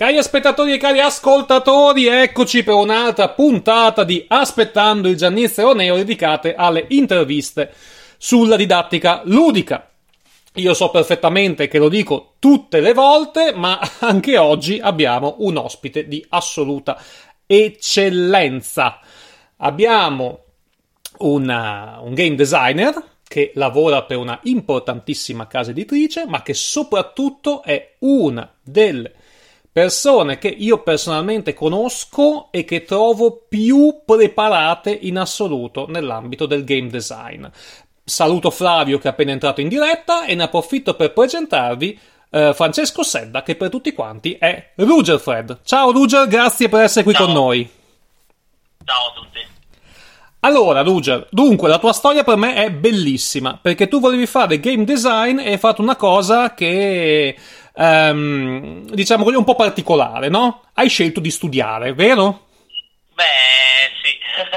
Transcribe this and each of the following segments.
Cari spettatori e cari ascoltatori, eccoci per un'altra puntata di Aspettando il Giannizzero Nero dedicate alle interviste sulla didattica ludica. Io so perfettamente che lo dico tutte le volte, ma anche oggi abbiamo un ospite di assoluta eccellenza. Abbiamo un game designer che lavora per una importantissima casa editrice, ma che soprattutto è una delle persone che io personalmente conosco e che trovo più preparate in assoluto nell'ambito del game design. Saluto Flavio che è appena entrato in diretta e ne approfitto per presentarvi Francesco Sedda, che per tutti quanti è Rugerfred. Ciao Ruger, grazie per essere qui con noi. Ciao a tutti. Allora, Ruger, dunque, la tua storia per me è bellissima, perché tu volevi fare game design e hai fatto una cosa che, diciamo così, un po' particolare, no? Hai scelto di studiare, vero? Beh, sì.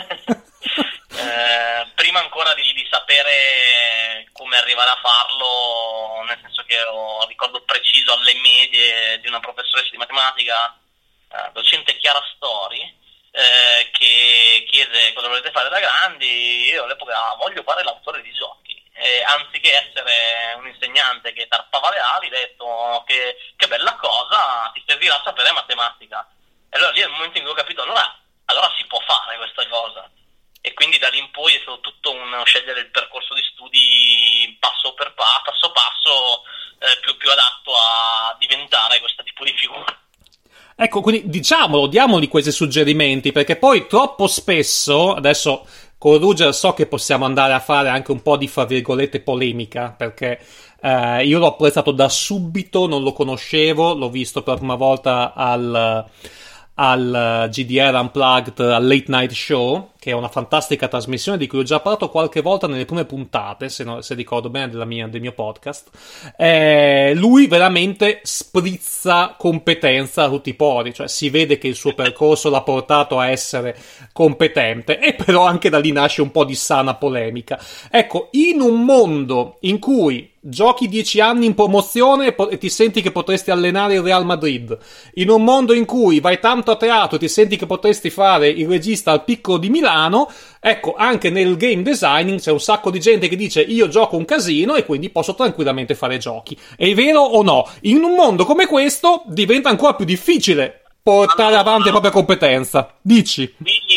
Prima ancora di sapere come arrivare a farlo, nel senso che ho un ricordo preciso alle medie di una professoressa di matematica, docente Chiara Stori, che chiese cosa volete fare da grandi. Io all'epoca voglio fare l'autore di giochi, anziché essere un insegnante che tarpava le ali, ho detto che bella cosa, ti servirà sapere matematica. E allora lì è il momento in cui ho capito allora si può fare questa cosa, e quindi da lì in poi è stato tutto uno scegliere il percorso di studi passo passo più adatto a diventare questo tipo di figura. Ecco, quindi diciamolo, diamogli questi suggerimenti, perché poi troppo spesso, adesso con Ruger so che possiamo andare a fare anche un po' di, fra virgolette, polemica, perché io l'ho apprezzato da subito, non lo conoscevo, l'ho visto per la prima volta al GDR Unplugged, al Late Night Show, che è una fantastica trasmissione di cui ho già parlato qualche volta nelle prime puntate, se ricordo bene, del mio podcast. Lui veramente sprizza competenza a tutti i pori, cioè si vede che il suo percorso l'ha portato a essere competente, e però anche da lì nasce un po' di sana polemica. Ecco, in un mondo in cui giochi 10 anni in promozione e ti senti che potresti allenare il Real Madrid, in un mondo in cui vai tanto a teatro e ti senti che potresti fare il regista al Piccolo di Milano, ecco, anche nel game designing c'è un sacco di gente che dice io gioco un casino e quindi posso tranquillamente fare giochi. È vero o no? In un mondo come questo diventa ancora più difficile portare avanti la propria competenza. Dici?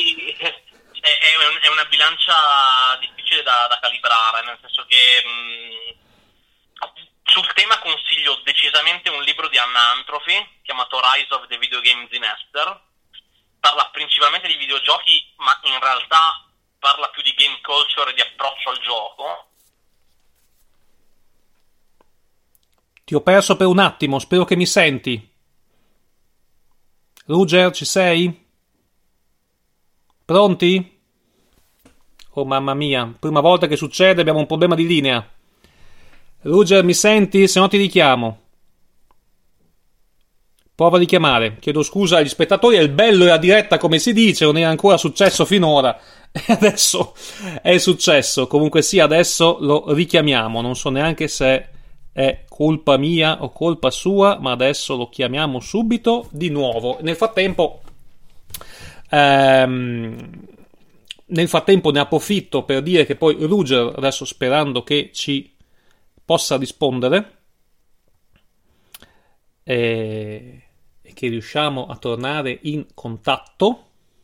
È una bilancia difficile da calibrare, nel senso che sul tema consiglio decisamente un libro di Anna Antrofi chiamato Rise of the Video Games in Esther. Parla principalmente di videogiochi, ma in realtà parla più di game culture e di approccio al gioco. Ti ho perso per un attimo, spero che mi senti. Ruger, ci sei? Pronti? Oh mamma mia, prima volta che succede, abbiamo un problema di linea. Ruger, mi senti? Se no ti richiamo. Prova a richiamare. Chiedo scusa agli spettatori, è il bello della diretta, come si dice, non era ancora successo finora e adesso è successo. Comunque sì, adesso lo richiamiamo, non so neanche se è colpa mia o colpa sua, ma adesso lo chiamiamo subito di nuovo. Nel frattempo ne approfitto per dire che poi Ruger, adesso sperando che ci possa rispondere e che riusciamo a tornare in contatto.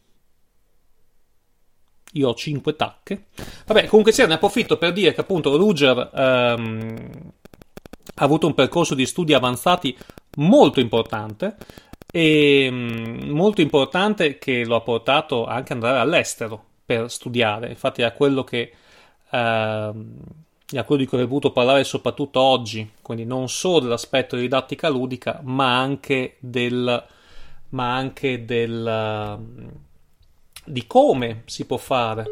Io ho 5 tacche. Vabbè, comunque sia, ne approfitto per dire che appunto Ruger ha avuto un percorso di studi avanzati molto importante, e molto importante, che lo ha portato anche ad andare all'estero per studiare. Infatti è quello che di cui avrei voluto parlare soprattutto oggi, quindi non solo dell'aspetto di didattica ludica, ma anche di come si può fare.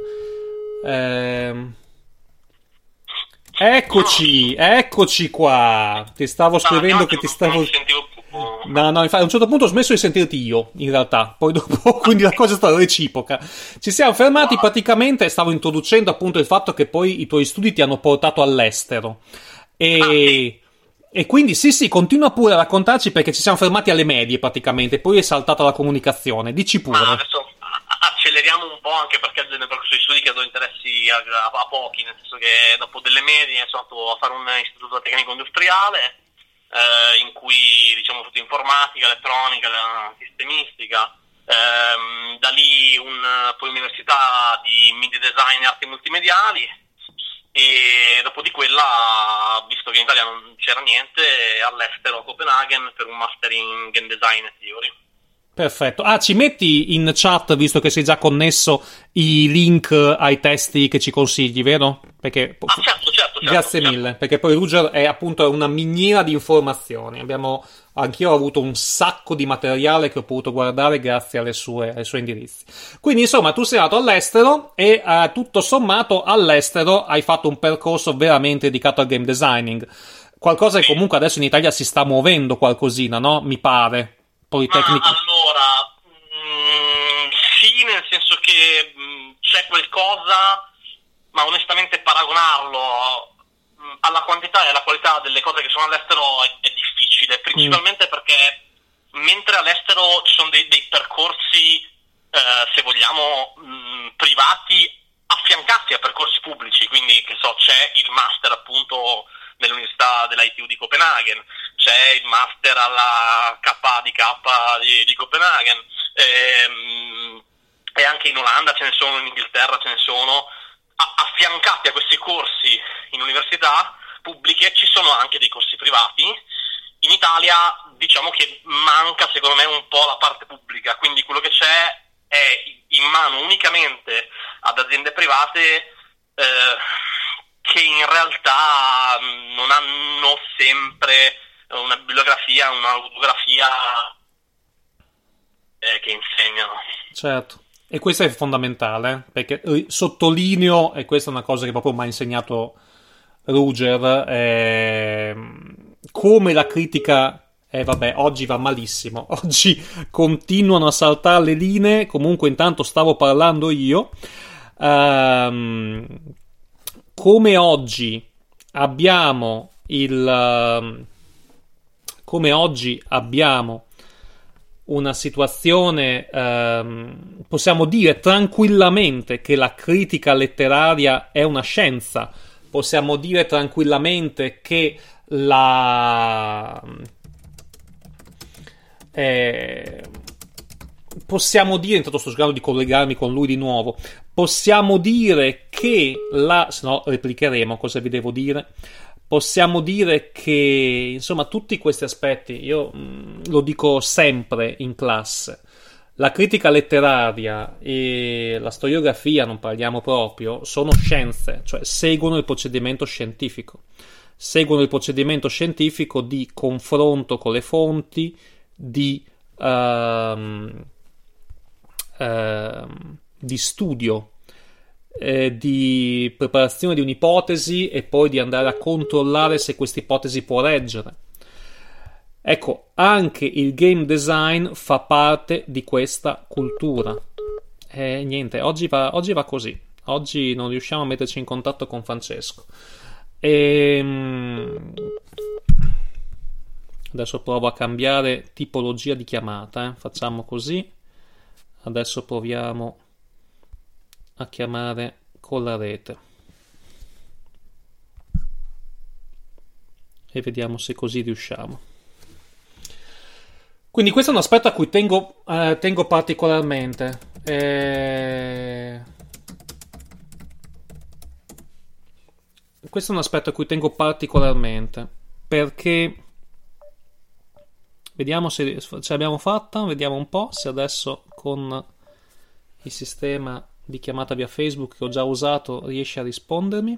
Eccoci qua. Ti stavo scrivendo che ti stavo. No, infatti a un certo punto ho smesso di sentirti io, in realtà, poi dopo, quindi la cosa è stata reciproca. Ci siamo fermati, praticamente stavo introducendo appunto il fatto che poi i tuoi studi ti hanno portato all'estero. E E quindi sì, continua pure a raccontarci perché ci siamo fermati alle medie praticamente, poi è saltata la comunicazione. Dici pure. Ma adesso acceleriamo un po', anche perché nel percorso di studi che do interessi a pochi, nel senso che dopo delle medie sono andato a fare un istituto tecnico industriale, in cui diciamo ho fatto informatica, elettronica, sistemistica, da lì poi università di media design e arti multimediali, e dopo di quella, visto che in Italia non c'era niente, all'estero a Copenaghen per un master in game design e theory. Perfetto. Ah, ci metti in chat, visto che sei già connesso, i link ai testi che ci consigli, vero? Perché Certo. grazie mille, perché poi Ruger è appunto una miniera di informazioni. Anch'io ho avuto un sacco di materiale che ho potuto guardare grazie ai suoi indirizzi. Quindi, insomma, tu sei andato all'estero e tutto sommato all'estero hai fatto un percorso veramente dedicato al game designing. Qualcosa che comunque adesso in Italia si sta muovendo qualcosina, no? Mi pare. Politecnico. Ma allora, sì, nel senso che c'è qualcosa, ma onestamente paragonarlo alla quantità e alla qualità delle cose che sono all'estero è difficile, principalmente perché mentre all'estero ci sono dei percorsi, se vogliamo, privati affiancati a percorsi pubblici, quindi che so, c'è il master appunto nell'Università dell'ITU di Copenaghen, c'è il master alla KDK di Copenaghen, e anche in Olanda ce ne sono, in Inghilterra ce ne sono. Affiancati a questi corsi in università pubbliche ci sono anche dei corsi privati. In Italia diciamo che manca secondo me un po' la parte pubblica, quindi quello che c'è è in mano unicamente ad aziende private, che in realtà non hanno sempre una bibliografia, un'autografia che insegnano. Certo. E questo è fondamentale, perché sottolineo, e questa è una cosa che proprio mi ha insegnato Ruger, come la critica, vabbè, oggi va malissimo, oggi continuano a saltare le linee, comunque intanto stavo parlando io, come oggi abbiamo una situazione, possiamo dire tranquillamente che la critica letteraria è una scienza, possiamo dire tranquillamente che possiamo dire, intanto sto cercando di collegarmi con lui di nuovo, possiamo dire che se no replicheremo cosa vi devo dire. Possiamo dire che, insomma, tutti questi aspetti, io lo dico sempre in classe, la critica letteraria e la storiografia, non parliamo proprio, sono scienze, cioè seguono il procedimento scientifico. Seguono il procedimento scientifico di confronto con le fonti, di studio, di preparazione di un'ipotesi e poi di andare a controllare se questa ipotesi può reggere. Ecco, anche il game design fa parte di questa cultura. Niente, oggi va così. Oggi non riusciamo a metterci in contatto con Francesco. Adesso provo a cambiare tipologia di chiamata. Facciamo così. Adesso proviamo a chiamare con la rete e vediamo se così riusciamo. Quindi questo è un aspetto a cui tengo particolarmente. Questo è un aspetto a cui tengo particolarmente perché vediamo se ce l'abbiamo fatta, vediamo un po' se adesso con il sistema di chiamata via Facebook che ho già usato riesce a rispondermi.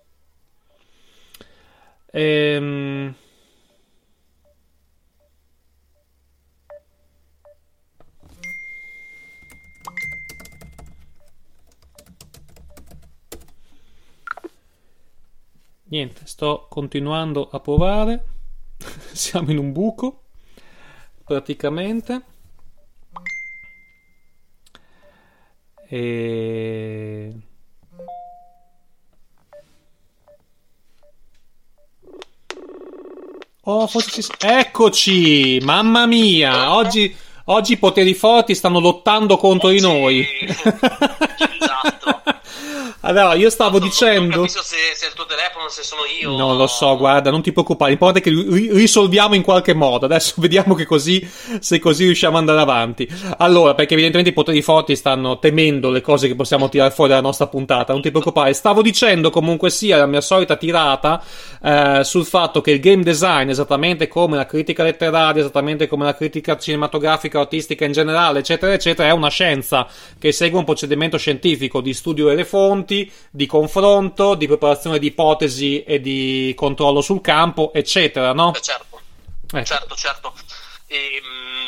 Niente, sto continuando a provare. Siamo in un buco praticamente. Oh, forse eccoci! Mamma mia! Oggi i poteri forti stanno lottando contro di noi. Che disastro. Allora, io stavo Non dicendo... capisco se è il tuo telefono, se sono io. Non lo so, guarda, non ti preoccupare. L'importante è che risolviamo in qualche modo. Adesso vediamo che se così riusciamo ad andare avanti. Allora, perché evidentemente i poteri forti stanno temendo le cose che possiamo tirare fuori dalla nostra puntata. Non ti preoccupare. Stavo dicendo comunque sia la mia solita tirata sul fatto che il game design, esattamente come la critica letteraria, esattamente come la critica cinematografica, artistica in generale, eccetera, eccetera, è una scienza che segue un procedimento scientifico di studio delle fonti, di confronto, di preparazione di ipotesi e di controllo sul campo, eccetera, no? Certo, Ecco. certo. E,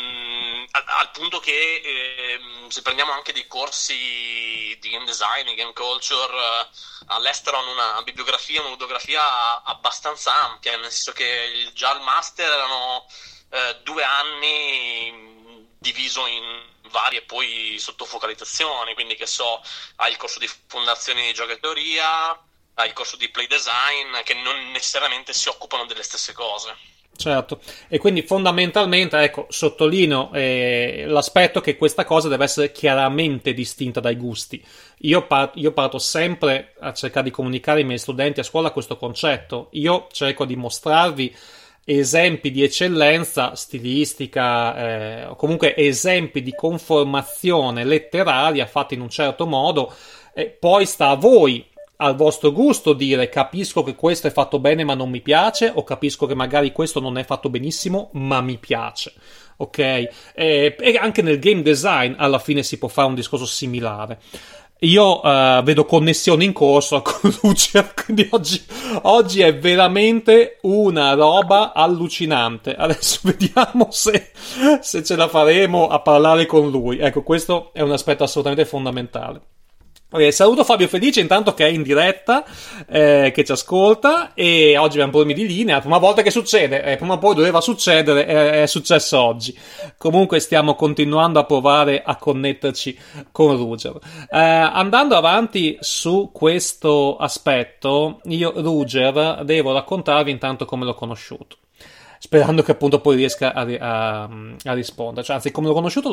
al punto che se prendiamo anche dei corsi di game design, di game culture, all'estero hanno una bibliografia, una ludografia abbastanza ampia, nel senso che già il master erano 2 anni diviso in varie poi sottofocalizzazioni, quindi che so, hai il corso di fondazioni di gioco e teoria, hai il corso di play design, che non necessariamente si occupano delle stesse cose. Certo, e quindi fondamentalmente, ecco, sottolineo l'aspetto che questa cosa deve essere chiaramente distinta dai gusti. Io parto sempre a cercare di comunicare ai miei studenti a scuola questo concetto. Io cerco di mostrarvi esempi di eccellenza stilistica, o comunque esempi di conformazione letteraria fatti in un certo modo, e poi sta a voi, al vostro gusto, dire capisco che questo è fatto bene ma non mi piace, o capisco che magari questo non è fatto benissimo ma mi piace, ok? E anche nel game design alla fine si può fare un discorso similare. Io vedo connessioni in corso con Lucia, quindi oggi è veramente una roba allucinante. Adesso vediamo se ce la faremo a parlare con lui. Ecco, questo è un aspetto assolutamente fondamentale. Saluto Fabio Felice intanto, che è in diretta, che ci ascolta, e oggi abbiamo problemi di linea, la prima volta che succede, prima o poi doveva succedere, è successo oggi. Comunque stiamo continuando a provare a connetterci con Ruger. Andando avanti su questo aspetto, io Ruger devo raccontarvi intanto come l'ho conosciuto, sperando che appunto poi riesca a rispondere. Cioè, anzi, come l'ho conosciuto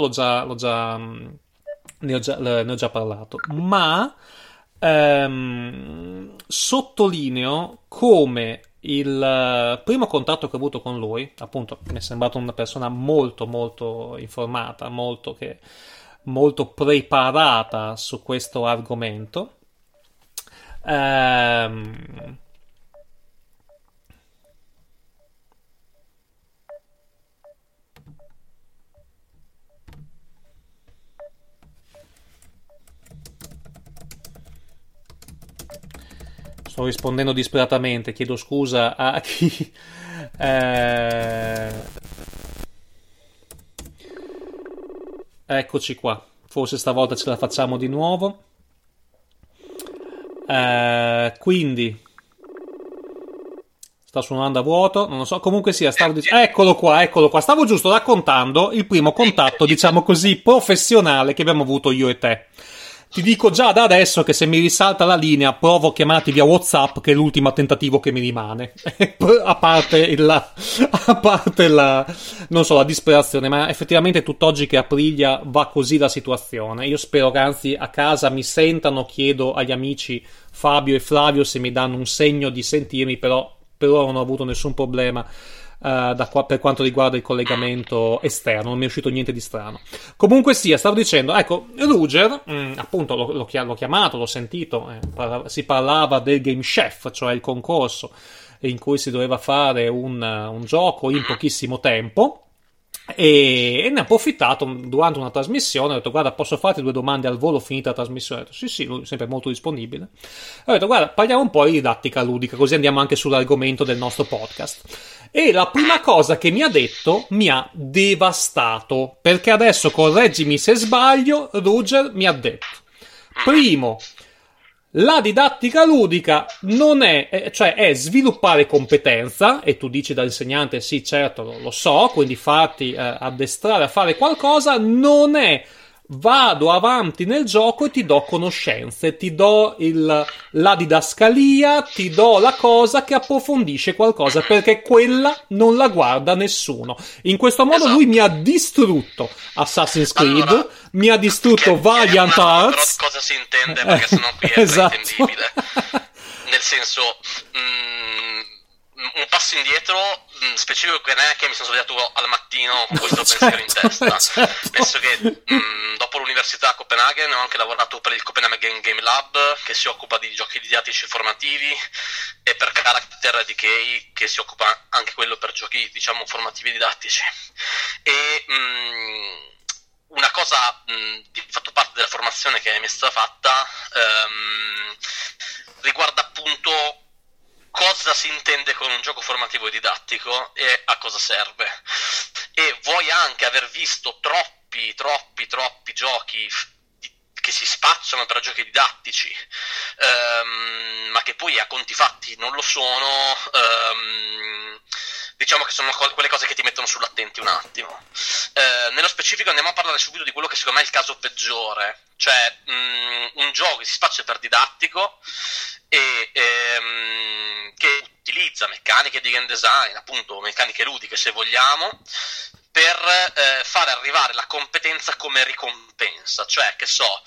ne ho già parlato, ma sottolineo come il primo contatto che ho avuto con lui, appunto, mi è sembrato una persona molto molto informata, molto preparata su questo argomento. Sto rispondendo disperatamente, chiedo scusa a chi... Eccoci qua, forse stavolta ce la facciamo di nuovo. Quindi... sta suonando a vuoto, non lo so, comunque sia, eccolo qua, stavo giusto raccontando il primo contatto, diciamo così, professionale che abbiamo avuto io e te. Ti dico già da adesso che se mi risalta la linea provo a chiamarti via WhatsApp, che è l'ultimo tentativo che mi rimane. a parte la non so, la disperazione, ma effettivamente tutt'oggi che Aprilia va così la situazione. Io spero che anzi a casa mi sentano, chiedo agli amici Fabio e Flavio se mi danno un segno di sentirmi, però per ora non ho avuto nessun problema per quanto riguarda il collegamento esterno, non mi è uscito niente di strano. Comunque sia, stavo dicendo, ecco, Ruger, appunto l'ho chiamato, l'ho sentito, si parlava del Game Chef, cioè il concorso in cui si doveva fare un gioco in pochissimo tempo, e ne ha approfittato durante una trasmissione. Ho detto guarda, posso farti 2 domande al volo finita la trasmissione? Ho detto sì, lui è sempre molto disponibile. Ho detto guarda, parliamo un po' di didattica ludica, così andiamo anche sull'argomento del nostro podcast. E la prima cosa che mi ha detto mi ha devastato, perché adesso, correggimi se sbaglio, Ruger mi ha detto: primo, la didattica ludica non è, cioè è sviluppare competenza, e tu dici da insegnante sì, certo, lo so, quindi farti addestrare a fare qualcosa, non è vado avanti nel gioco e ti do conoscenze, ti do la didascalia, ti do la cosa che approfondisce qualcosa, perché quella non la guarda nessuno. In questo modo lui mi ha distrutto Assassin's Creed, mi ha distrutto Valiant Hearts. Però cosa si intende? Perché sennò qui è intendibile. Nel senso, un passo indietro specifico che non è che mi sono svegliato al mattino con questo pensiero in testa. Penso che dopo l'università a Copenaghen ho anche lavorato per il Copenhagen Game Lab, che si occupa di giochi didattici formativi, e per Character Decay, che si occupa anche quello per giochi, diciamo, formativi didattici. E una cosa di fatto parte della formazione che mi è stata fatta riguarda appunto cosa si intende con un gioco formativo e didattico e a cosa serve. E vuoi anche aver visto troppi giochi che si spacciano per giochi didattici, ma che poi a conti fatti non lo sono, diciamo che sono quelle cose che ti mettono sull'attenti un attimo. Nello specifico andiamo a parlare subito di quello che secondo me è il caso peggiore, cioè un gioco che si spaccia per didattico e che utilizza meccaniche di game design, appunto meccaniche ludiche se vogliamo, per fare arrivare la competenza come ricompensa. Cioè, che so,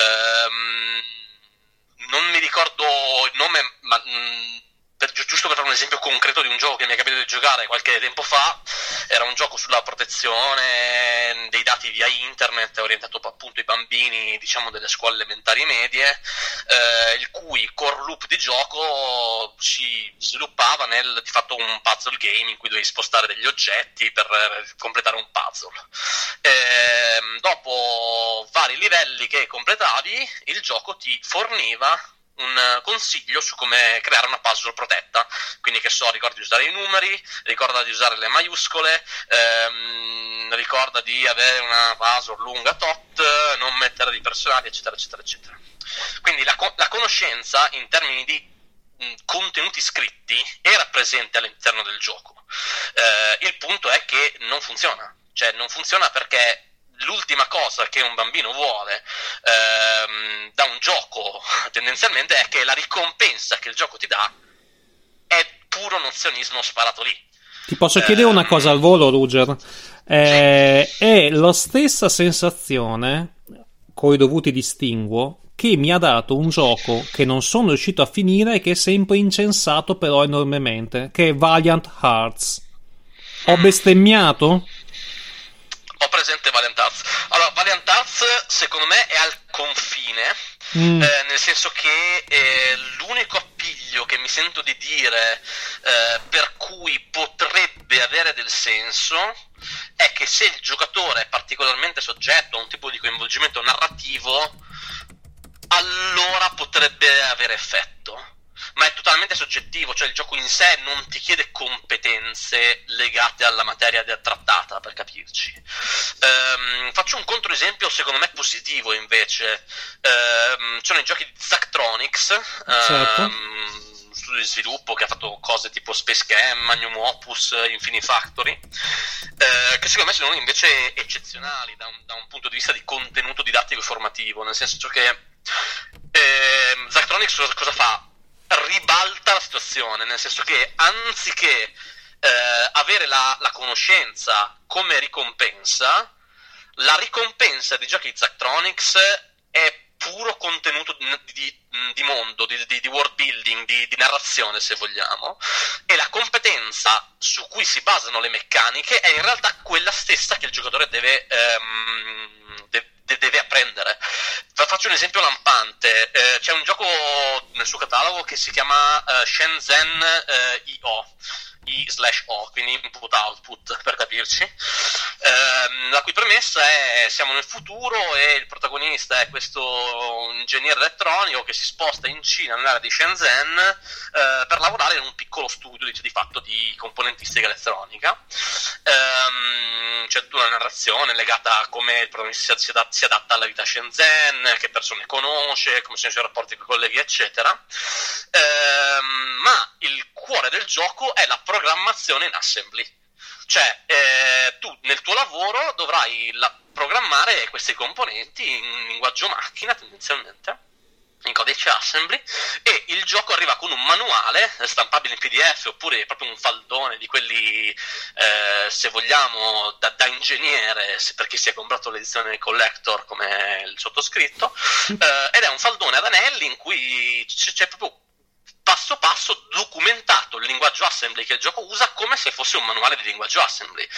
non mi ricordo il nome, ma giusto per fare un esempio concreto di un gioco che mi è capitato di giocare qualche tempo fa, era un gioco sulla protezione dei dati via internet, orientato appunto ai bambini, diciamo, delle scuole elementari e medie, il cui core loop di gioco si sviluppava nel, di fatto, un puzzle game in cui dovevi spostare degli oggetti per completare un puzzle. Dopo vari livelli che completavi, il gioco ti forniva un consiglio su come creare una puzzle protetta, quindi, che so, ricorda di usare i numeri, ricorda di usare le maiuscole, ricorda di avere una puzzle lunga tot, non mettere dei personaggi, eccetera eccetera eccetera. Quindi la conoscenza in termini di contenuti scritti era presente all'interno del gioco. Il punto è che non funziona, cioè non funziona perché l'ultima cosa che un bambino vuole da un gioco tendenzialmente è che la ricompensa che il gioco ti dà è puro nozionismo sparato lì. Ti posso chiedere una cosa al volo, Ruger? È la stessa sensazione, coi dovuti distinguo, che mi ha dato un gioco che non sono riuscito a finire e che è sempre incensato però enormemente, che è Valiant Hearts. Ho bestemmiato? Ho presente Valiant Hearts. Allora, Valiant Hearts secondo me è al confine, nel senso che l'unico appiglio che mi sento di dire per cui potrebbe avere del senso è che se il giocatore è particolarmente soggetto a un tipo di coinvolgimento narrativo, allora potrebbe avere effetto. Ma è totalmente soggettivo, cioè il gioco in sé non ti chiede competenze legate alla materia trattata, per capirci. Faccio un controesempio secondo me positivo invece. Sono i giochi di Zachtronics, certo. Studio di sviluppo che ha fatto cose tipo Space Cam, Magnum Opus, Infinifactory, che secondo me sono invece eccezionali da un punto di vista di contenuto didattico e formativo, nel senso che Zachtronics cosa fa? Ribalta la situazione, nel senso che anziché avere la conoscenza come ricompensa, la ricompensa dei giochi di Zachtronics è puro contenuto di mondo, di world building, di narrazione se vogliamo, e la competenza su cui si basano le meccaniche è in realtà quella stessa che il giocatore deve apprendere. Faccio un esempio lampante. C'è un gioco nel suo catalogo che si chiama Shenzhen I/O, quindi input output per capirci, la cui premessa è: siamo nel futuro e il protagonista è questo ingegnere elettronico che si sposta in Cina, nell'area di Shenzhen, per lavorare in un piccolo studio di fatto di componentistica elettronica. C'è tutta una narrazione legata a come il protagonista si adatta alla vita a Shenzhen, che persone conosce, come sono i suoi rapporti con i colleghi, eccetera. Ma il cuore del gioco è la programmazione in assembly. Cioè, tu nel tuo lavoro dovrai programmare questi componenti in linguaggio macchina, tendenzialmente, in codice assembly, e il gioco arriva con un manuale stampabile in PDF oppure proprio un faldone di quelli, se vogliamo, da ingegnere, per chi si è comprato l'edizione collector come il sottoscritto, ed è un faldone ad anelli in cui c'è proprio passo passo documentato il linguaggio assembly che il gioco usa come se fosse un manuale di linguaggio assembly.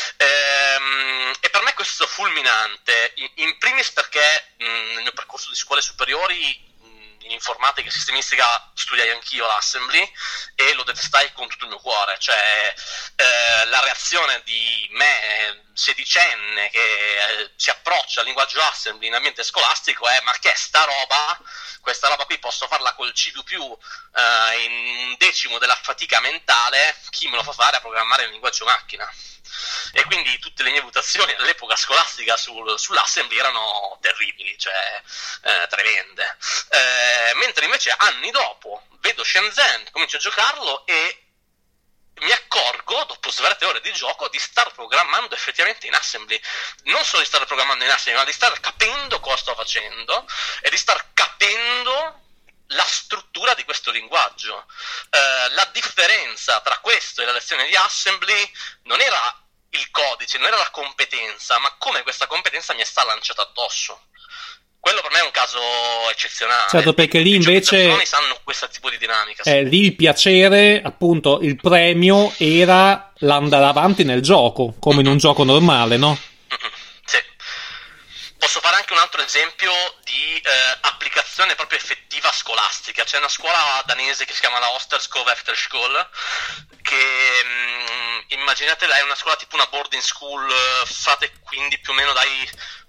E per me questo è fulminante, in primis perché nel mio percorso di scuole superiori in informatica e sistemistica studiai anch'io l'assembly e lo detestai con tutto il mio cuore. Cioè la reazione di me sedicenne che si approccia al linguaggio assembly in ambiente scolastico è: ma che è sta roba? Questa roba qui posso farla col C++ in un decimo della fatica mentale, chi me lo fa fare a programmare il linguaggio macchina? E quindi tutte le mie votazioni all'epoca scolastica sull'assembly erano terribili, cioè tremende. Mentre invece anni dopo vedo Shenzhen, comincio a giocarlo e mi accorgo, dopo svariate ore di gioco, di star programmando effettivamente in assembly. Non solo di star programmando in assembly, ma di star capendo cosa sto facendo e di star capendo la struttura di questo linguaggio. La differenza tra questo e la lezione di assembly non era il codice, non era la competenza, ma come questa competenza mi è stata lanciata addosso. Quello per me è un caso eccezionale. Certo, perché lì invece non sanno questo tipo di dinamica. Lì il piacere, appunto, il premio era l'andare avanti nel gioco, come in un gioco normale, no? Sì. Posso fare anche un altro esempio di applicazione proprio effettiva scolastica. C'è una scuola danese che si chiama la Osterskov Efterskole, che immaginate, è una scuola tipo una boarding school, fate quindi più o meno dai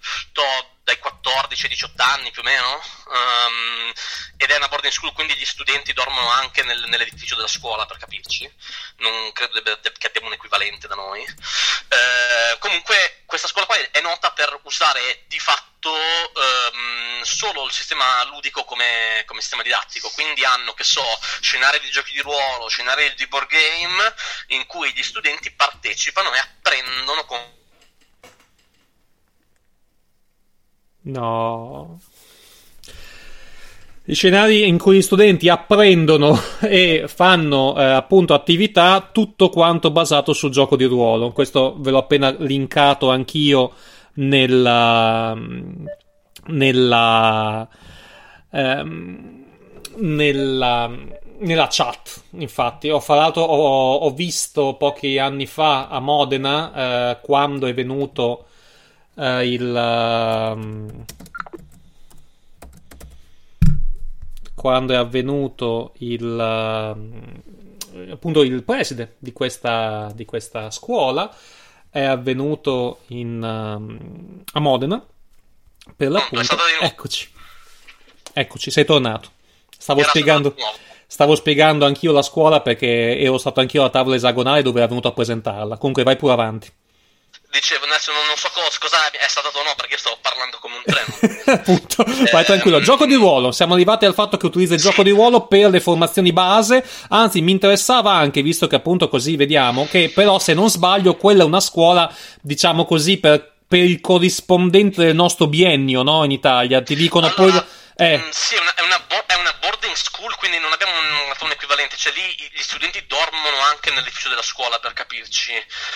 14 ai 18 anni più o meno, ed è una boarding school, quindi gli studenti dormono anche nell'edificio della scuola, per capirci. Non credo che abbiamo un equivalente da noi. Comunque questa scuola qua è nota per usare di fatto solo il sistema ludico come sistema didattico, quindi hanno, che so, scenari di giochi di ruolo, scenari di board game in cui gli studenti partecipano e apprendono con... No. I scenari in cui gli studenti apprendono e fanno appunto attività, tutto quanto basato sul gioco di ruolo. Questo ve l'ho appena linkato anch'io nella chat. Infatti ho visto pochi anni fa a Modena, quando è venuto quando è avvenuto appunto il preside di questa scuola, è avvenuto a Modena per l'appunto. Eccoci, sei tornato. Stavo spiegando anch'io la scuola, perché ero stato anch'io alla tavola esagonale dove era venuto a presentarla. Comunque vai pure avanti. Dicevo, adesso non so cosa è stato o no, perché io stavo parlando come un treno. Appunto, vai tranquillo. Gioco di ruolo, siamo arrivati al fatto che utilizza il gioco di ruolo per le formazioni base. Anzi, mi interessava anche, visto che appunto così vediamo che però, se non sbaglio, quella è una scuola, diciamo così, per il corrispondente del nostro biennio, no? In Italia ti dicono allora, poi sì, è una boarding school, quindi non abbiamo un equivalente. Cioè lì gli studenti dormono anche nell'edificio della scuola, per capirci,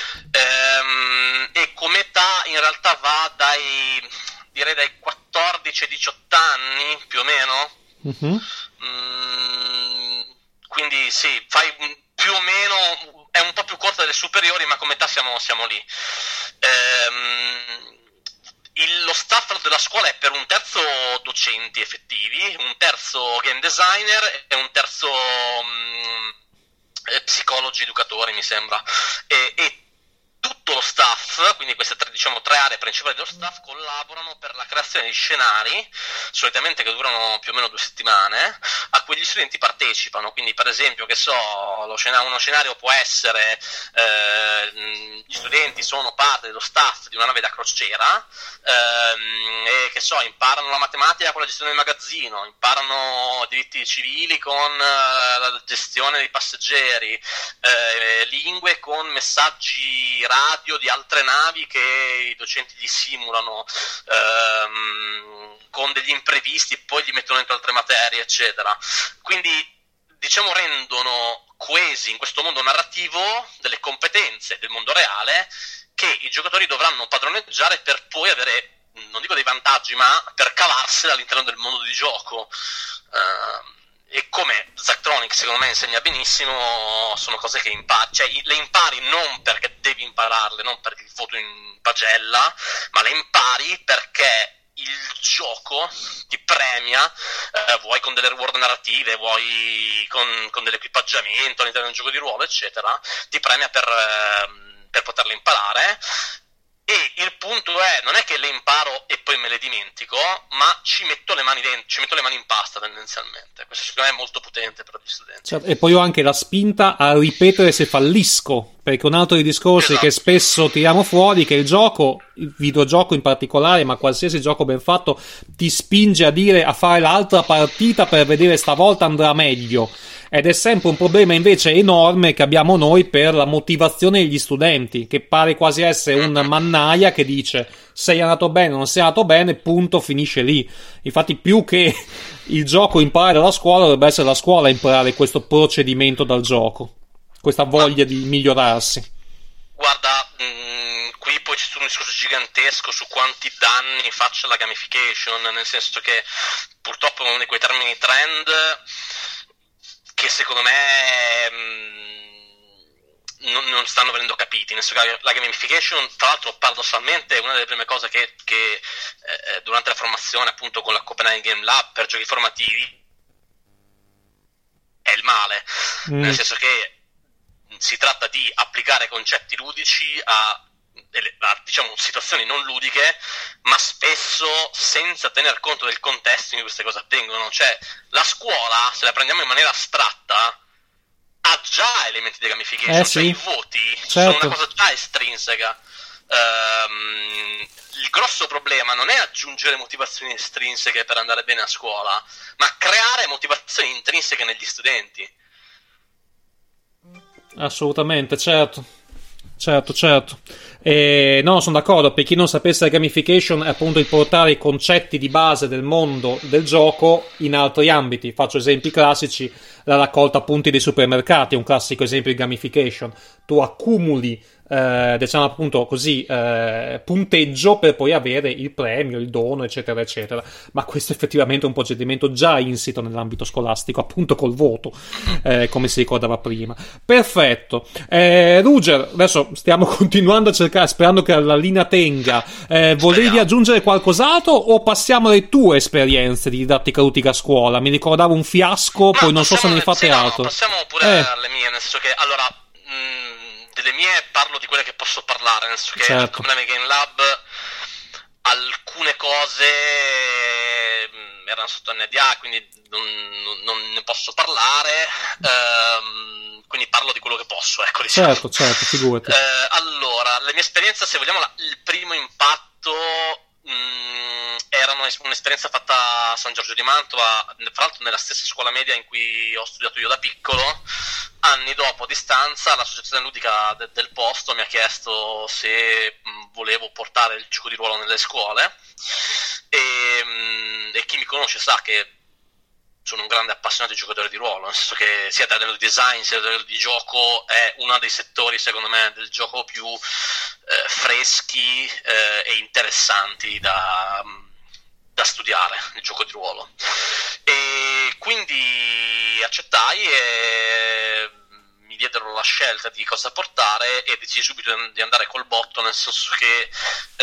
e come età in realtà va direi dai 14 ai 18 anni più o meno. Quindi sì, fai più o meno, è un po' più corta delle superiori, ma come età siamo lì. Lo staff della scuola è per un terzo docenti effettivi, un terzo game designer e un terzo psicologi educatori, mi sembra, e tutto lo staff staff, quindi queste tre aree principali dello staff collaborano per la creazione di scenari, solitamente che durano più o meno 2 settimane, a cui gli studenti partecipano. Quindi, per esempio, che so, uno scenario può essere gli studenti sono parte dello staff di una nave da crociera, e che so, imparano la matematica con la gestione del magazzino, imparano diritti civili con la gestione dei passeggeri, lingue con messaggi radio di altre navi che i docenti gli simulano, con degli imprevisti e poi li mettono dentro altre materie, eccetera. Quindi, diciamo, rendono coesi in questo mondo narrativo delle competenze del mondo reale che i giocatori dovranno padroneggiare per poi avere, non dico dei vantaggi, ma per cavarsela all'interno del mondo di gioco. E come Zachtronics secondo me insegna benissimo, sono cose che impari, cioè le impari non perché devi impararle, non per il voto in pagella, ma le impari perché il gioco ti premia, vuoi con delle reward narrative, vuoi con dell'equipaggiamento all'interno di un gioco di ruolo, eccetera, ti premia per poterle imparare. E il punto non è che le imparo e poi me le dimentico, ma ci metto le mani dentro, ci metto le mani in pasta tendenzialmente. Questo secondo me è molto potente per gli studenti. Certo, e poi ho anche la spinta a ripetere se fallisco, perché un altro dei discorsi che spesso tiriamo fuori è che il gioco, il videogioco in particolare, ma qualsiasi gioco ben fatto, ti spinge a fare l'altra partita per vedere stavolta andrà meglio. Ed è sempre un problema invece enorme che abbiamo noi per la motivazione degli studenti, che pare quasi essere un mannaia che dice sei andato bene, non sei andato bene, punto, finisce lì. Infatti più che il gioco imparare dalla scuola, dovrebbe essere la scuola a imparare questo procedimento dal gioco, questa voglia di migliorarsi. Guarda, qui poi c'è stato un discorso gigantesco su quanti danni faccia la gamification, nel senso che purtroppo è uno di quei termini trend che secondo me non stanno venendo capiti, nel senso che la gamification, tra l'altro, paradossalmente è una delle prime cose che durante la formazione, appunto, con la Copenhagen Game Lab per giochi formativi è il male, nel senso che si tratta di applicare concetti ludici a diciamo situazioni non ludiche, ma spesso senza tener conto del contesto in cui queste cose avvengono. Cioè, la scuola, se la prendiamo in maniera astratta, ha già elementi di gamification, cioè i voti sono una cosa già estrinseca. Il grosso problema non è aggiungere motivazioni estrinseche per andare bene a scuola, ma creare motivazioni intrinseche negli studenti. Assolutamente, certo. No, sono d'accordo. Per chi non sapesse, la gamification è appunto il portare i concetti di base del mondo del gioco in altri ambiti. Faccio esempi classici: la raccolta punti dei supermercati è un classico esempio di gamification. Tu accumuli diciamo appunto così punteggio per poi avere il premio, il dono, eccetera eccetera. Ma questo effettivamente è un procedimento già insito nell'ambito scolastico, appunto col voto, come si ricordava prima. Perfetto. Ruger, adesso stiamo continuando a cercare, sperando che la linea tenga. Volevi aggiungere qualcos'altro o passiamo alle tue esperienze di didattica ludica a scuola? Mi ricordavo un fiasco, poi non so se ne hai fatte altro. Passiamo pure alle mie, nel senso che allora delle mie parlo di quelle che posso parlare, nel senso che al Copenhagen Game Lab alcune cose erano sotto NDA, quindi non ne posso parlare, quindi parlo di quello che posso, ecco, diciamo. Certo, figurati. Allora, la mia esperienza, se vogliamo, il primo impatto era un'esperienza fatta a San Giorgio di Mantova, tra l'altro nella stessa scuola media in cui ho studiato io da piccolo. Anni dopo, a distanza, l'associazione ludica del posto mi ha chiesto se volevo portare il gioco di ruolo nelle scuole, e chi mi conosce sa che sono un grande appassionato di giocatore di ruolo, nel senso che sia a livello di design sia a livello di gioco è uno dei settori, secondo me, del gioco più freschi e interessanti da studiare, il gioco di ruolo. E quindi accettai e mi diedero la scelta di cosa portare e decisi subito di andare col botto, nel senso che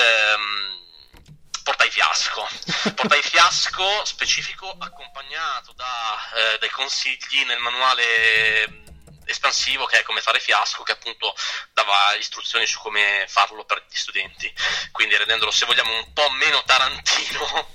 portai fiasco specifico accompagnato dai consigli nel manuale espansivo, che è Come fare fiasco, che appunto dava istruzioni su come farlo per gli studenti, quindi rendendolo, se vogliamo, un po' meno Tarantino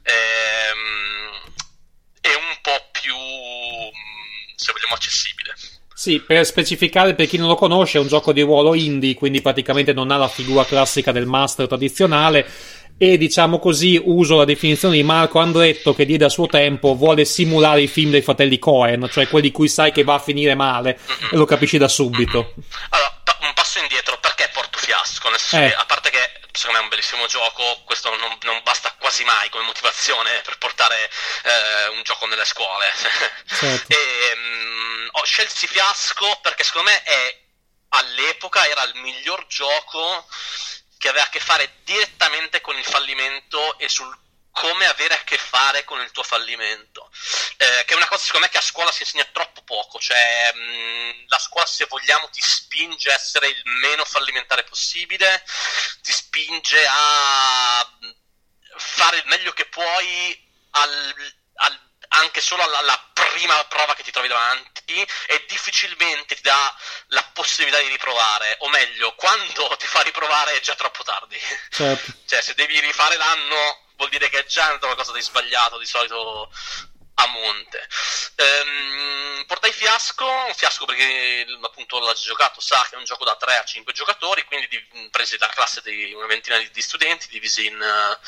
e un po' più, se vogliamo, accessibile. Sì, per specificare per chi non lo conosce, è un gioco di ruolo indie, quindi praticamente non ha la figura classica del master tradizionale e, diciamo così, uso la definizione di Marco Andretto, che diede a suo tempo, vuole simulare i film dei fratelli Coen, cioè quelli cui sai che va a finire male e lo capisci da subito. Allora, un passo indietro, perché Porto Fiasco? Nel senso che, a parte che secondo me è un bellissimo gioco, questo non basta quasi mai come motivazione per portare un gioco nelle scuole. Certo. Ho scelto Fiasco perché secondo me all'epoca era il miglior gioco che aveva a che fare direttamente con il fallimento e sul come avere a che fare con il tuo fallimento, che è una cosa secondo me che a scuola si insegna troppo poco, cioè la scuola, se vogliamo, ti spinge a essere il meno fallimentare possibile, ti spinge a fare il meglio che puoi anche solo alla prima prova che ti trovi davanti, e difficilmente ti dà la possibilità di riprovare, o meglio, quando ti fa riprovare è già troppo tardi. Certo. Cioè, se devi rifare l'anno vuol dire che è già qualcosa di sbagliato, di solito a monte. Portai fiasco perché appunto l'ha giocato, sa che è un gioco da 3 a 5 giocatori, quindi presi la classe di una ventina di studenti divisi in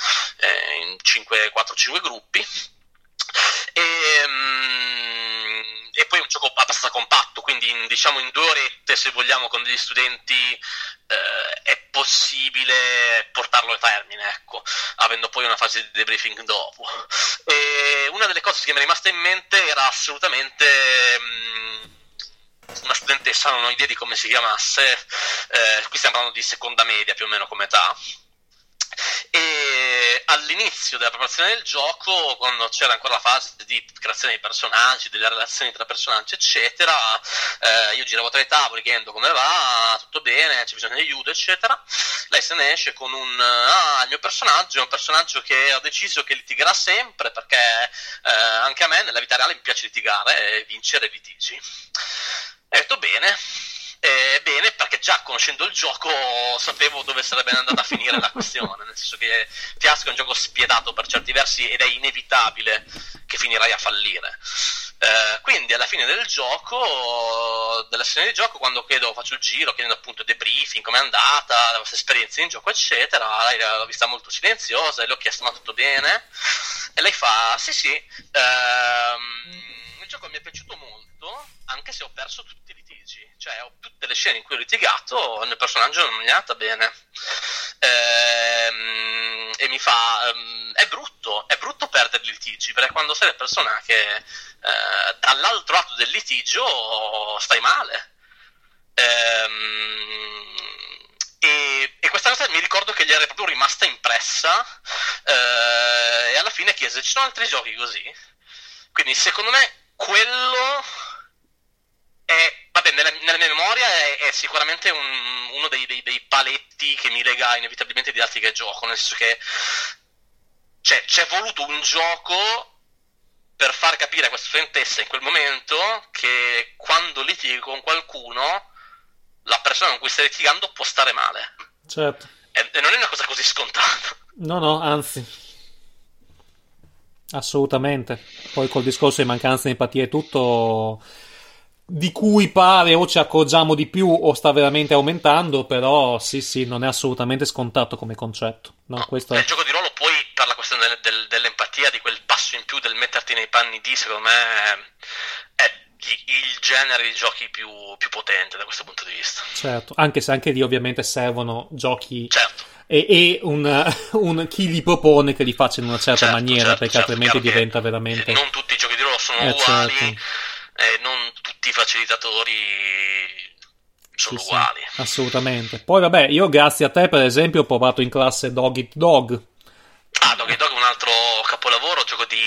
4-5 gruppi. E poi è un gioco abbastanza compatto, quindi diciamo in 2 orette, se vogliamo, con degli studenti è possibile portarlo a termine, ecco, avendo poi una fase di debriefing dopo. E una delle cose che mi è rimasta in mente era assolutamente una studentessa, non ho idea di come si chiamasse, qui stiamo parlando di seconda media più o meno come età, e all'inizio della preparazione del gioco, quando c'era ancora la fase di creazione dei personaggi, delle relazioni tra personaggi eccetera, io giravo tra i tavoli chiedendo come va, tutto bene, c'è bisogno di aiuto eccetera. Lei se ne esce con il mio personaggio è un personaggio che ho deciso che litigherà sempre, perché anche a me nella vita reale mi piace litigare e vincere litigi. E ho detto bene, perché già conoscendo il gioco sapevo dove sarebbe andata a finire la questione, nel senso che Fiasco è un gioco spietato per certi versi ed è inevitabile che finirai a fallire. Quindi alla fine del gioco, della sessione di gioco, quando faccio il giro chiedendo appunto debriefing, com'è andata, le vostre esperienze in gioco eccetera, lei l'ho vista molto silenziosa e le ho chiesto ma tutto bene? E lei fa sì, il gioco mi è piaciuto molto, anche se ho perso tutti i litigi, cioè ho tutte le scene in cui ho litigato, il mio personaggio non mi è andata bene. E mi fa è brutto perdere i litigi, perché quando sei la persona che dall'altro lato del litigio stai male. E questa cosa mi ricordo che gli era proprio rimasta impressa, e alla fine chiese: ci sono altri giochi così? Quindi secondo me quello è, vabbè, nella mia memoria è sicuramente uno dei paletti che mi lega inevitabilmente di altri che gioco, nel senso che c'è voluto un gioco per far capire a questa studentessa in quel momento che quando litighi con qualcuno, la persona con cui stai litigando può stare male. Certo. E non è una cosa così scontata. No, anzi. Assolutamente. Poi col discorso di mancanza di empatia e tutto, di cui pare o ci accorgiamo di più o sta veramente aumentando, però sì, non è assolutamente scontato come concetto. No, questo nel gioco di ruolo poi, per la questione dell'empatia, di quel passo in più del metterti nei panni di, secondo me è il genere di giochi più potente da questo punto di vista. Certo, anche se anche lì ovviamente servono giochi, certo, e un chi li propone che li faccia in una certa maniera, perché altrimenti diventa veramente... Non tutti i giochi di ruolo sono uguali, certo. Non tutti i facilitatori sono uguali. Sì, assolutamente. Poi vabbè, io grazie a te per esempio ho provato in classe Dog Eat Dog. Dog Eat Dog è un altro capolavoro, gioco di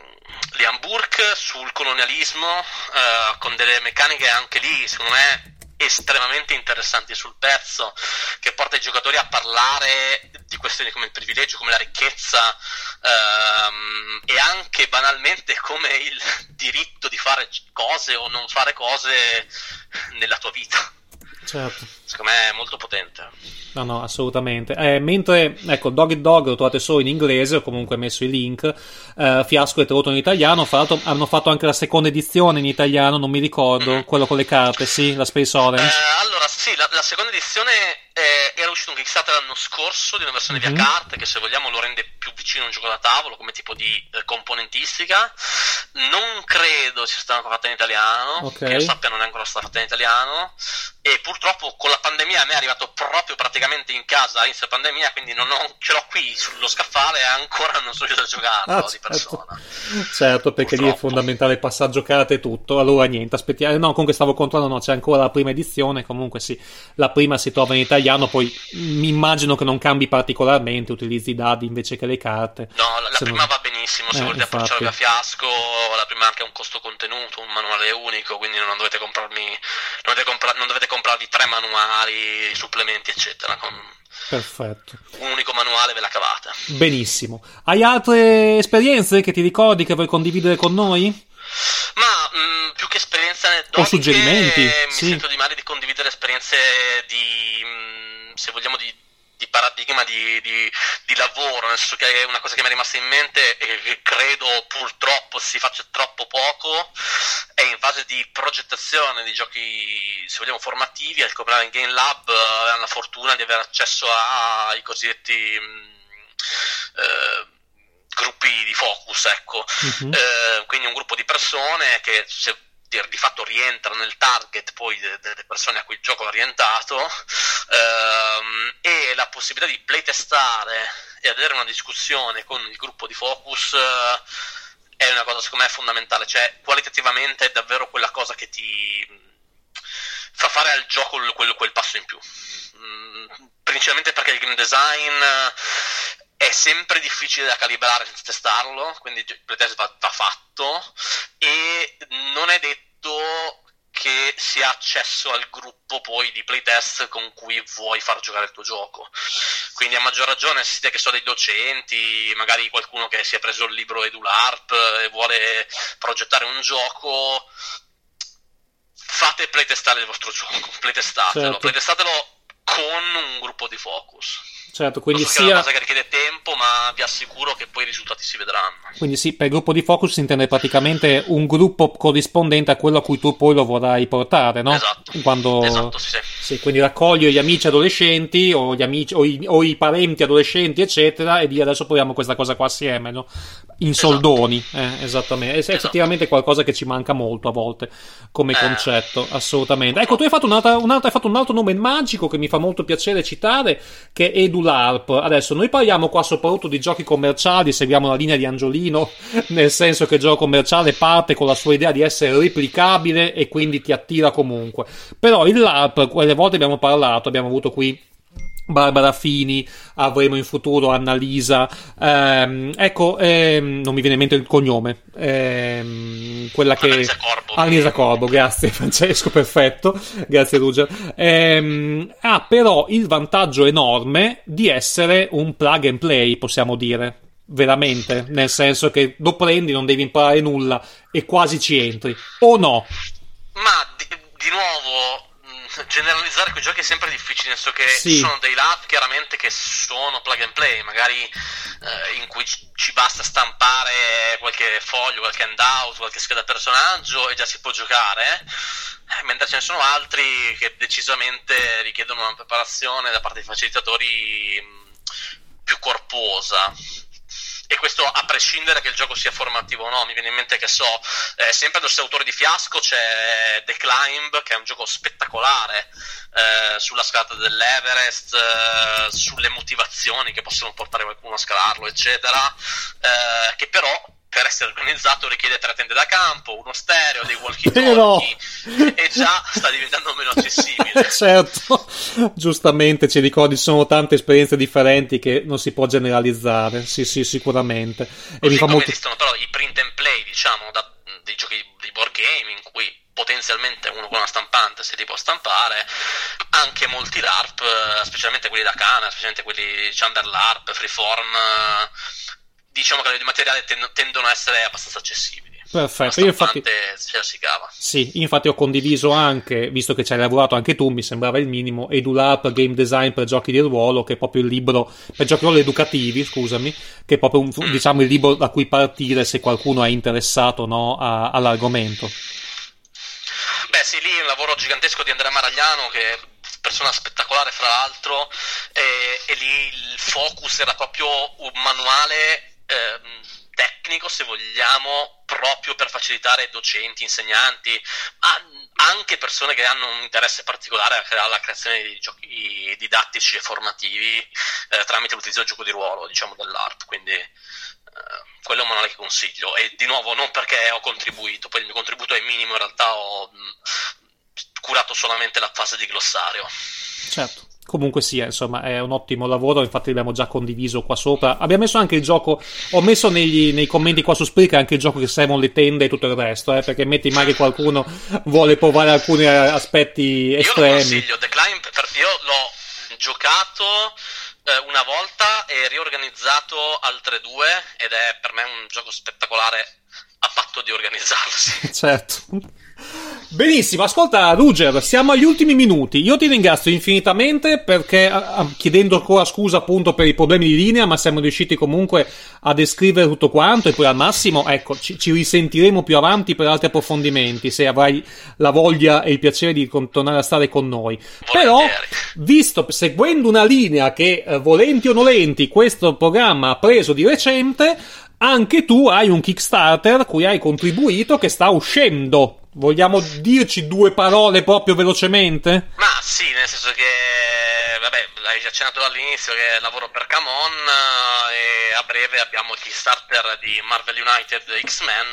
Liam Burke sul colonialismo, con delle meccaniche anche lì secondo me estremamente interessanti sul pezzo, che porta i giocatori a parlare di questioni come il privilegio, come la ricchezza, e anche banalmente come il diritto di fare cose o non fare cose nella tua vita. Certo. Secondo me è molto potente. No, assolutamente. Mentre, ecco, Dog Eat Dog lo trovate solo in inglese, ho comunque messo i link. Fiasco è tradotto in italiano. Fra l'altro hanno fatto anche la seconda edizione in italiano, non mi ricordo, quello con le carte, sì, la Space Orange. Allora, sì, la seconda edizione era uscito un Kickstarter l'anno scorso di una versione via carte, che se vogliamo lo rende più vicino a un gioco da tavolo come tipo di componentistica. Non credo sia stata ancora fatta in italiano, che io sappia non è ancora stata fatta in italiano, e purtroppo con la pandemia a me è arrivato proprio praticamente in casa all'inizio della pandemia, quindi ce l'ho qui sullo scaffale e ancora non sono riuscito a giocarlo di persona. Certo, perché lì è fondamentale il passaggio carte e tutto. Allora niente, aspettiamo. No, comunque stavo controllando, no, c'è ancora la prima edizione. Comunque sì, la prima si trova in italiano, poi mi immagino che non cambi particolarmente, utilizzi i dadi invece che le carte. No, la prima va benissimo, se volete approcciarvi a fiasco, la prima ha anche un costo contenuto, un manuale unico, quindi non dovete comprarvi 3 manuali, supplementi eccetera. Perfetto. Un unico manuale ve la cavate. Benissimo. Hai altre esperienze che ti ricordi che vuoi condividere con noi? Ma più che esperienze o suggerimenti, mi sento di male di condividere esperienze se vogliamo di paradigma di lavoro, nel senso che è una cosa che mi è rimasta in mente e che credo purtroppo si faccia troppo poco, è in fase di progettazione di giochi, se vogliamo, formativi. Al Copenhagen Game Lab avevano la fortuna di avere accesso ai cosiddetti gruppi di focus, ecco. Quindi un gruppo di persone che di fatto rientra nel target poi delle persone a cui il gioco è orientato, e la possibilità di playtestare e avere una discussione con il gruppo di focus è una cosa secondo me fondamentale, cioè qualitativamente è davvero quella cosa che ti fa fare al gioco quel passo in più, principalmente perché il game design è sempre difficile da calibrare senza testarlo, quindi il playtest va fatto, e non è detto che si ha accesso al gruppo poi di playtest con cui vuoi far giocare il tuo gioco. Quindi a maggior ragione, se siete che so dei docenti, magari qualcuno che si è preso il libro EduLARP e vuole progettare un gioco, fate playtestare il vostro gioco, playtestatelo con un gruppo di focus. Certo, quindi è una cosa che richiede tempo, ma vi assicuro che poi i risultati si vedranno. Quindi sì, per gruppo di focus si intende praticamente un gruppo corrispondente a quello a cui tu poi lo vorrai portare, no? Esatto. Quando... sì. Quindi raccogli gli amici adolescenti o gli amici o i parenti adolescenti, eccetera, e di adesso proviamo questa cosa qua assieme, no? In soldoni, esattamente. È effettivamente qualcosa che ci manca molto a volte come concetto, assolutamente. Ecco, tu hai fatto un altro nome magico che mi fa molto piacere citare, che è EduLARP. Adesso noi parliamo qua soprattutto di giochi commerciali, seguiamo la linea di Angiolino, nel senso che il gioco commerciale parte con la sua idea di essere replicabile e quindi ti attira comunque. Però il LARP, quelle volte abbiamo avuto qui Barbara Fini, avremo in futuro Annalisa, non mi viene in mente il cognome, quella che Annalisa Corbo, grazie Francesco, perfetto, grazie Ruger. Ha però il vantaggio enorme di essere un plug and play, possiamo dire, veramente, nel senso che lo prendi, non devi imparare nulla e quasi ci entri, o no? Ma di nuovo, generalizzare quei giochi è sempre difficile, nel senso che ci sono dei lab chiaramente che sono plug and play, magari in cui ci basta stampare qualche foglio, qualche handout, qualche scheda personaggio e già si può giocare, mentre ce ne sono altri che decisamente richiedono una preparazione da parte dei facilitatori più corposa. E questo a prescindere che il gioco sia formativo o no. Mi viene in mente che sempre dello stesso autore di Fiasco c'è The Climb, che è un gioco spettacolare sulla scalata dell'Everest, sulle motivazioni che possono portare qualcuno a scalarlo, eccetera, che però per essere organizzato richiede 3 tende da campo, uno stereo, dei walkie-talkie, e già sta diventando meno accessibile. Certo, giustamente, ci ricordi, ci sono tante esperienze differenti che non si può generalizzare, sì, sicuramente. E mi fa molto... esistono però i print and play, diciamo, dei giochi di board game in cui potenzialmente uno con una stampante se li può stampare, anche molti LARP, specialmente quelli da Kana, specialmente quelli Chamber LARP, Freeform, diciamo che i materiali tendono a essere abbastanza accessibili. Perfetto, io infatti si cava. Sì, infatti ho condiviso anche, visto che ci hai lavorato anche tu, mi sembrava il minimo, EduLARP Game Design per giochi di ruolo, che è proprio il libro per giochi di ruolo educativi, scusami, che è proprio diciamo il libro da cui partire se qualcuno è interessato, no, all'argomento. Beh sì, lì è un lavoro gigantesco di Andrea Maragliano, che è persona spettacolare fra l'altro, e lì il focus era proprio un manuale tecnico, se vogliamo, proprio per facilitare docenti, insegnanti, anche persone che hanno un interesse particolare alla creazione di giochi didattici e formativi tramite l'utilizzo del gioco di ruolo, diciamo, dell'ARP. Quindi quello è un manuale che consiglio, e di nuovo non perché ho contribuito, poi il mio contributo è minimo, in realtà ho curato solamente la fase di glossario. Certo. Comunque sia, insomma, è un ottimo lavoro, infatti l'abbiamo già condiviso qua sopra. Abbiamo messo anche il gioco, ho messo nei commenti qua su Spreaker anche il gioco che servono le tende e tutto il resto, perché metti mai che qualcuno vuole provare alcuni aspetti estremi. Io lo consiglio, The Climb, io l'ho giocato una volta e riorganizzato altre due, ed è per me un gioco spettacolare a patto di organizzarsi. Certo. Benissimo, ascolta Ruger, siamo agli ultimi minuti. Io ti ringrazio infinitamente perché, chiedendo ancora scusa appunto per i problemi di linea, ma siamo riusciti comunque a descrivere tutto quanto, e poi al massimo, ecco, ci risentiremo più avanti per altri approfondimenti, se avrai la voglia e il piacere di tornare a stare con noi. Però, seguendo una linea che, volenti o nolenti, questo programma ha preso di recente, anche tu hai un Kickstarter cui hai contribuito, che sta uscendo. Vogliamo dirci due parole proprio velocemente? Ma sì, nel senso che, vabbè, l'hai già accennato dall'inizio, che lavoro per Camon, e a breve abbiamo il Kickstarter di Marvel United X-Men,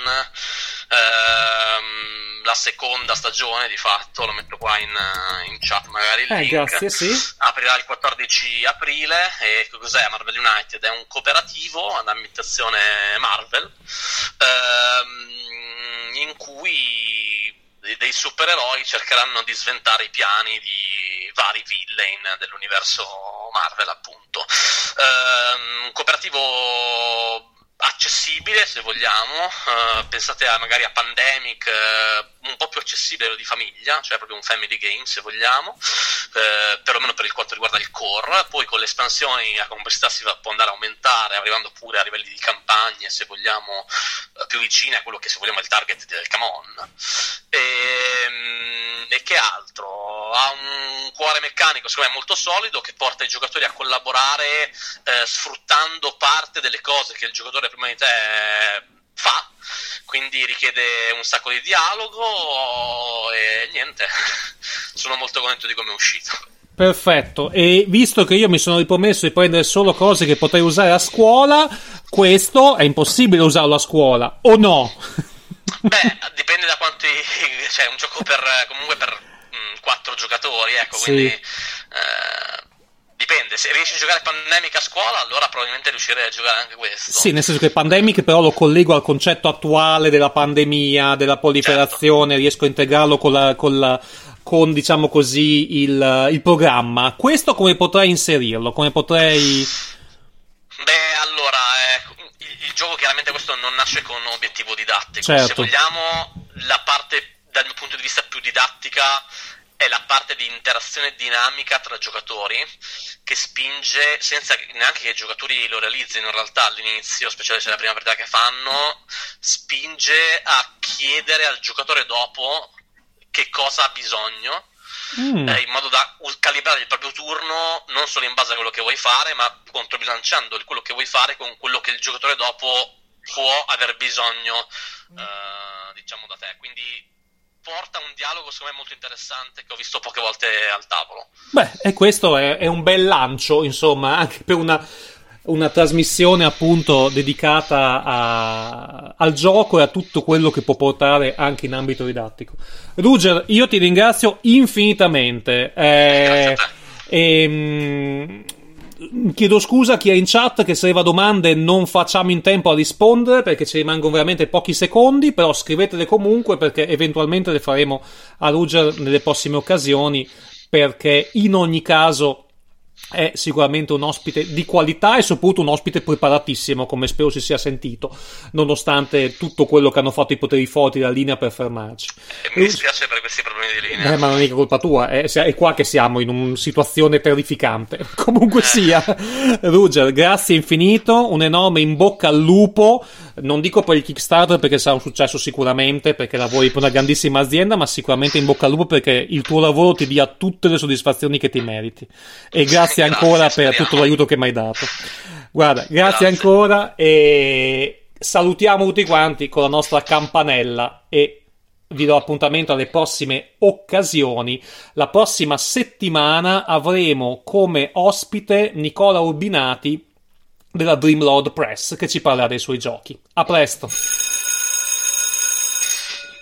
la seconda stagione di fatto, lo metto qua in chat magari il link. Grazie, sì. Aprirà il 14 aprile, e cos'è Marvel United? È un cooperativo ad ambientazione Marvel, in cui dei supereroi cercheranno di sventare i piani di vari villain dell'universo Marvel, appunto. Un cooperativo accessibile, se vogliamo, pensate magari a Pandemic, un po' più accessibile di famiglia, cioè proprio un family game, se vogliamo, perlomeno per il quanto riguarda il core. Poi con le espansioni la complessità può andare a aumentare, arrivando pure a livelli di campagne, se vogliamo, più vicine a quello che, se vogliamo, è il target del Camon. E che altro? Ha un cuore meccanico, secondo me, molto solido, che porta i giocatori a collaborare sfruttando parte delle cose che il giocatore prima di te fa, quindi richiede un sacco di dialogo, e niente, sono molto contento di come è uscito. Perfetto, e visto che io mi sono ripromesso di prendere solo cose che potrei usare a scuola, questo è impossibile usarlo a scuola, o no? Beh, dipende da quanti, cioè è un gioco comunque per 4 giocatori, ecco, sì. Quindi dipende, se riesci a giocare Pandemic a scuola, allora probabilmente riuscirei a giocare anche questo. Sì, nel senso che Pandemic però lo collego al concetto attuale della pandemia, della proliferazione, certo. Riesco a integrarlo con diciamo così il programma. Questo come potrei inserirlo? Come potrei... Beh, allora, il gioco chiaramente questo non nasce con un obiettivo didattico. Certo. Se vogliamo, la parte dal mio punto di vista più didattica è la parte di interazione dinamica tra giocatori, che spinge, senza neanche che i giocatori lo realizzino in realtà all'inizio, specialmente se è la prima partita che fanno, spinge a chiedere al giocatore dopo che cosa ha bisogno, in modo da calibrare il proprio turno non solo in base a quello che vuoi fare, ma controbilanciando quello che vuoi fare con quello che il giocatore dopo può aver bisogno, diciamo, da te. Quindi porta un dialogo, secondo me, molto interessante, che ho visto poche volte al tavolo. Beh, e questo è un bel lancio, insomma, anche per una trasmissione appunto dedicata al gioco e a tutto quello che può portare anche in ambito didattico. Ruger, io ti ringrazio infinitamente. chiedo scusa a chi è in chat che se aveva domande non facciamo in tempo a rispondere perché ci rimangono veramente pochi secondi, però scrivetele comunque perché eventualmente le faremo a Ruger nelle prossime occasioni, perché in ogni caso è sicuramente un ospite di qualità e soprattutto un ospite preparatissimo, come spero si sia sentito, nonostante tutto quello che hanno fatto i poteri forti della linea per fermarci. Mi dispiace per questi problemi di linea. Ma non è mica colpa tua, è qua che siamo in una situazione terrificante. Comunque sia, Ruger, grazie infinito, un enorme in bocca al lupo, non dico per il Kickstarter perché sarà un successo sicuramente, perché lavori per una grandissima azienda, ma sicuramente in bocca al lupo perché il tuo lavoro ti dia tutte le soddisfazioni che ti meriti. E grazie ancora per tutto l'aiuto che mi hai dato. Guarda, grazie ancora e salutiamo tutti quanti con la nostra campanella e vi do appuntamento alle prossime occasioni. La prossima settimana avremo come ospite Nicola Urbinati della Dreamlord Press che ci parlerà dei suoi giochi. A presto!